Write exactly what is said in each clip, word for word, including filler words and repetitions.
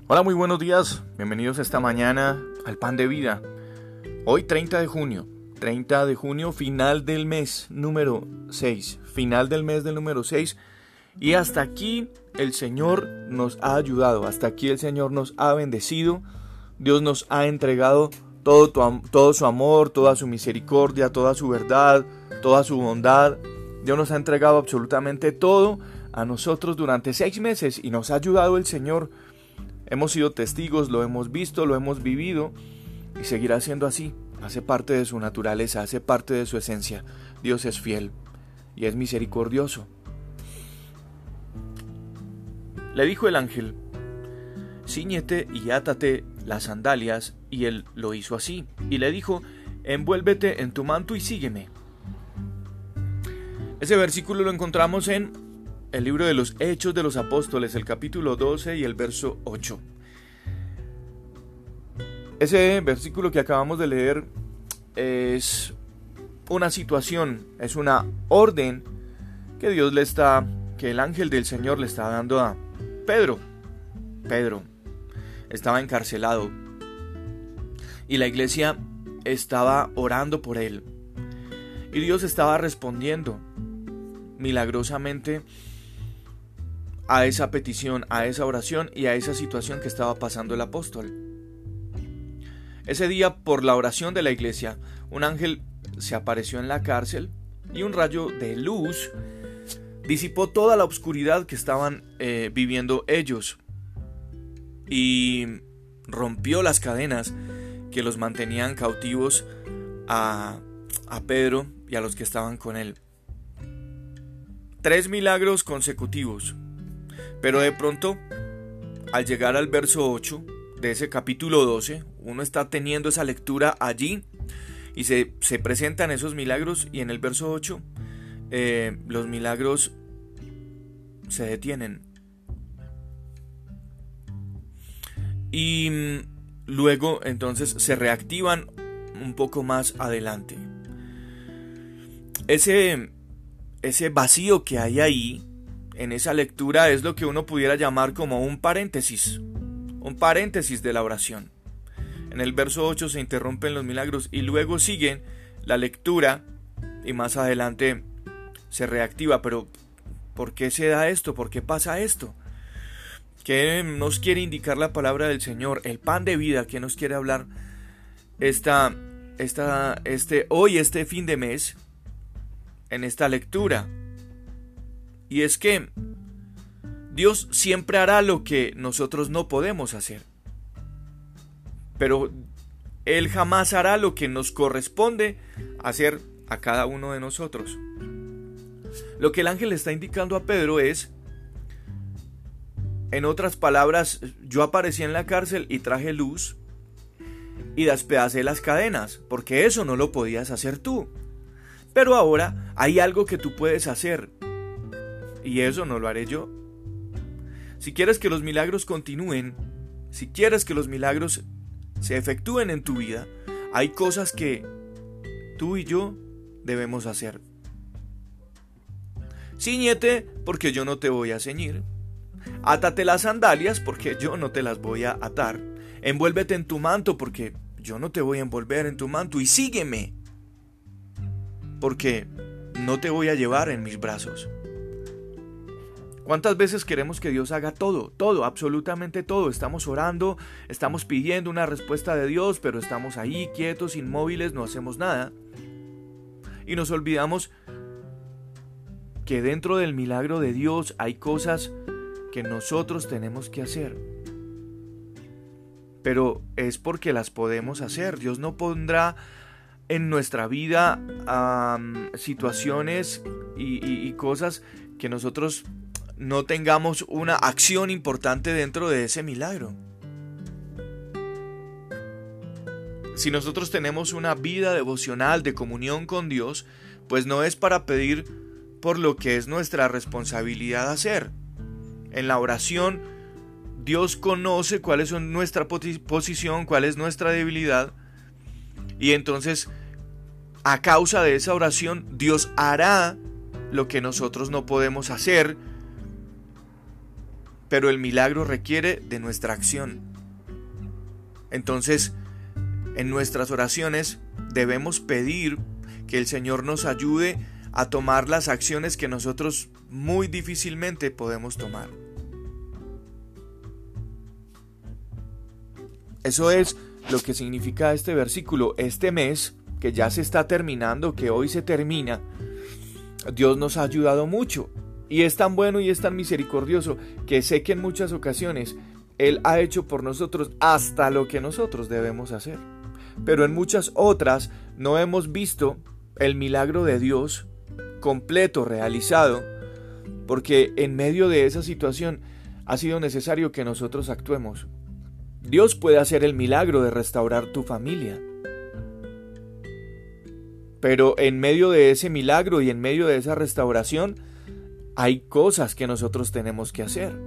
Hola, muy buenos días, bienvenidos esta mañana al Pan de Vida. Hoy treinta de junio, treinta de junio, final del mes número seis, final del mes del número seis, y hasta aquí el Señor nos ha ayudado, hasta aquí el Señor nos ha bendecido, Dios nos ha entregado todo, tu, todo su amor, toda su misericordia, toda su verdad, toda su bondad. Dios nos ha entregado absolutamente todo a nosotros durante seis meses y nos ha ayudado el Señor. Hemos sido testigos, lo hemos visto, lo hemos vivido y seguirá siendo así. Hace parte de su naturaleza, hace parte de su esencia. Dios es fiel y es misericordioso. Le dijo el ángel: cíñete y átate las sandalias, y él lo hizo así. Y le dijo: envuélvete en tu manto y sígueme. Ese versículo lo encontramos en el libro de los Hechos de los Apóstoles, el capítulo doce y el verso ocho. Ese versículo que acabamos de leer es una situación, es una orden que Dios le está, que el ángel del Señor le está dando a Pedro. Pedro estaba encarcelado y la iglesia estaba orando por él. Y Dios estaba respondiendo milagrosamente a esa petición, a esa oración y a esa situación que estaba pasando el apóstol. Ese día, por la oración de la iglesia, un ángel se apareció en la cárcel y un rayo de luz disipó toda la oscuridad que estaban eh, viviendo ellos y rompió las cadenas que los mantenían cautivos a, a Pedro y a los que estaban con él. Tres milagros consecutivos. Pero de pronto, al llegar al verso ocho de ese capítulo doce, uno está teniendo esa lectura allí y se, se presentan esos milagros, y en el verso ocho eh, los milagros se detienen. Y luego entonces se reactivan un poco más adelante. Ese, ese vacío que hay ahí en esa lectura es lo que uno pudiera llamar como un paréntesis, un paréntesis de la oración. En el verso ocho se interrumpen los milagros y luego sigue la lectura y más adelante se reactiva. Pero ¿por qué se da esto? ¿Por qué pasa esto? ¿Qué nos quiere indicar la palabra del Señor? El pan de vida que nos quiere hablar esta, esta, este, hoy, este fin de mes, en esta lectura. Y es que Dios siempre hará lo que nosotros no podemos hacer, pero Él jamás hará lo que nos corresponde hacer a cada uno de nosotros. Lo que el ángel está indicando a Pedro es, en otras palabras, yo aparecí en la cárcel y traje luz y despedacé las cadenas, porque eso no lo podías hacer tú. Pero ahora hay algo que tú puedes hacer, y eso no lo haré yo. Si quieres que los milagros continúen, si quieres que los milagros se efectúen en tu vida, hay cosas que tú y yo debemos hacer. Cíñete, porque yo no te voy a ceñir. Átate las sandalias, porque yo no te las voy a atar. Envuélvete en tu manto, porque yo no te voy a envolver en tu manto. Y sígueme, porque no te voy a llevar en mis brazos. ¿Cuántas veces queremos que Dios haga todo? Todo, absolutamente todo. Estamos orando, estamos pidiendo una respuesta de Dios, pero estamos ahí quietos, inmóviles, no hacemos nada. Y nos olvidamos que dentro del milagro de Dios hay cosas que nosotros tenemos que hacer. Pero es porque las podemos hacer. Dios no pondrá en nuestra vida um, situaciones y, y, y cosas que nosotros no tengamos una acción importante dentro de ese milagro. Si nosotros tenemos una vida devocional de comunión con Dios, pues no es para pedir por lo que es nuestra responsabilidad hacer. En la oración, Dios conoce cuál es nuestra posición, cuál es nuestra debilidad, y entonces, a causa de esa oración, Dios hará lo que nosotros no podemos hacer, pero el milagro requiere de nuestra acción. Entonces, en nuestras oraciones debemos pedir que el Señor nos ayude a tomar las acciones que nosotros muy difícilmente podemos tomar. Eso es lo que significa este versículo. Este mes, que ya se está terminando, que hoy se termina, Dios nos ha ayudado mucho. Y es tan bueno y es tan misericordioso que sé que en muchas ocasiones Él ha hecho por nosotros hasta lo que nosotros debemos hacer. Pero en muchas otras no hemos visto el milagro de Dios completo, realizado, porque en medio de esa situación ha sido necesario que nosotros actuemos. Dios puede hacer el milagro de restaurar tu familia, pero en medio de ese milagro y en medio de esa restauración hay cosas que nosotros tenemos que hacer.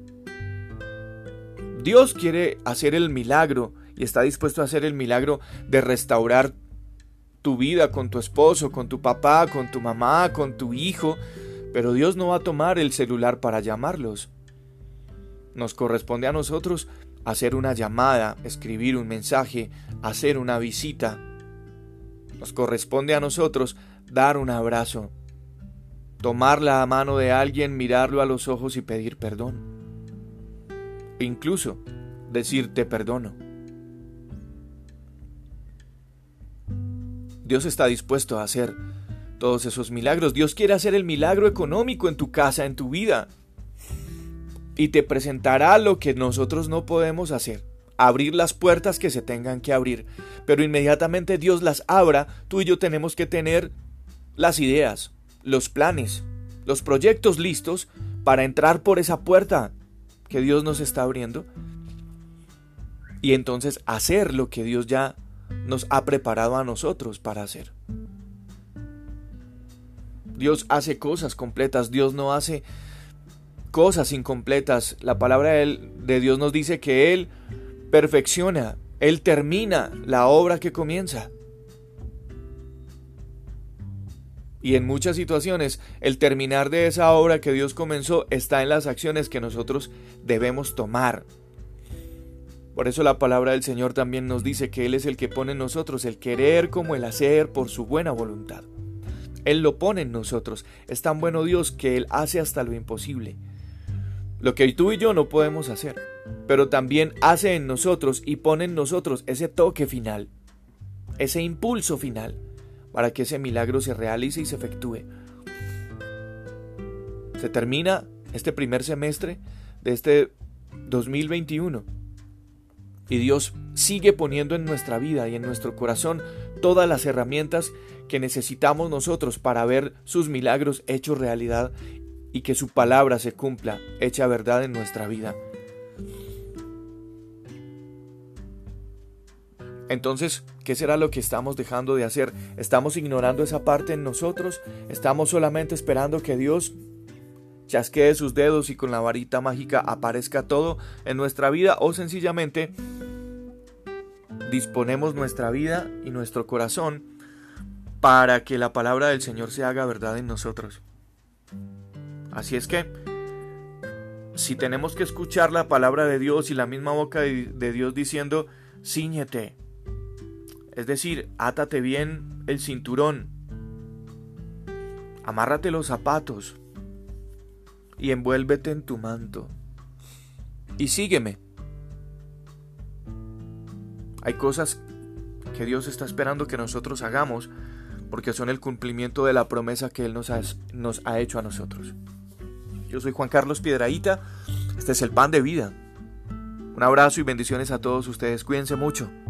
Dios quiere hacer el milagro y está dispuesto a hacer el milagro de restaurar tu vida con tu esposo, con tu papá, con tu mamá, con tu hijo, pero Dios no va a tomar el celular para llamarlos. Nos corresponde a nosotros hacer una llamada, escribir un mensaje, hacer una visita. Nos corresponde a nosotros dar un abrazo, tomar la mano de alguien, mirarlo a los ojos y pedir perdón. E incluso decir te perdono. Dios está dispuesto a hacer todos esos milagros. Dios quiere hacer el milagro económico en tu casa, en tu vida. Y te presentará lo que nosotros no podemos hacer. Abrir las puertas que se tengan que abrir. Pero inmediatamente Dios las abra, tú y yo tenemos que tener las ideas, los planes, los proyectos listos para entrar por esa puerta que Dios nos está abriendo. Y entonces hacer lo que Dios ya nos ha preparado a nosotros para hacer. Dios hace cosas completas, Dios no hace cosas incompletas. La palabra de Dios nos dice que Él perfecciona, Él termina la obra que comienza. Y en muchas situaciones el terminar de esa obra que Dios comenzó está en las acciones que nosotros debemos tomar. Por eso la palabra del Señor también nos dice que Él es el que pone en nosotros el querer como el hacer por su buena voluntad. Él lo pone en nosotros. Es tan bueno Dios que Él hace hasta lo imposible. Lo que tú y yo no podemos hacer, pero también hace en nosotros y pone en nosotros ese toque final, ese impulso final, para que ese milagro se realice y se efectúe. Se termina este primer semestre de este dos mil veintiuno. Y Dios sigue poniendo en nuestra vida y en nuestro corazón todas las herramientas que necesitamos nosotros para ver sus milagros hechos realidad y que su palabra se cumpla, hecha verdad en nuestra vida. Entonces, ¿qué será lo que estamos dejando de hacer? ¿Estamos ignorando esa parte en nosotros? ¿Estamos solamente esperando que Dios chasquee sus dedos y con la varita mágica aparezca todo en nuestra vida? ¿O sencillamente disponemos nuestra vida y nuestro corazón para que la palabra del Señor se haga verdad en nosotros? Así es que, si tenemos que escuchar la palabra de Dios y la misma boca de, de Dios diciendo, cíñete, es decir, átate bien el cinturón, amárrate los zapatos y envuélvete en tu manto y sígueme. Hay cosas que Dios está esperando que nosotros hagamos porque son el cumplimiento de la promesa que Él nos ha, nos ha hecho a nosotros. Yo soy Juan Carlos Piedrahíta, este es el Pan de Vida. Un abrazo y bendiciones a todos ustedes, cuídense mucho.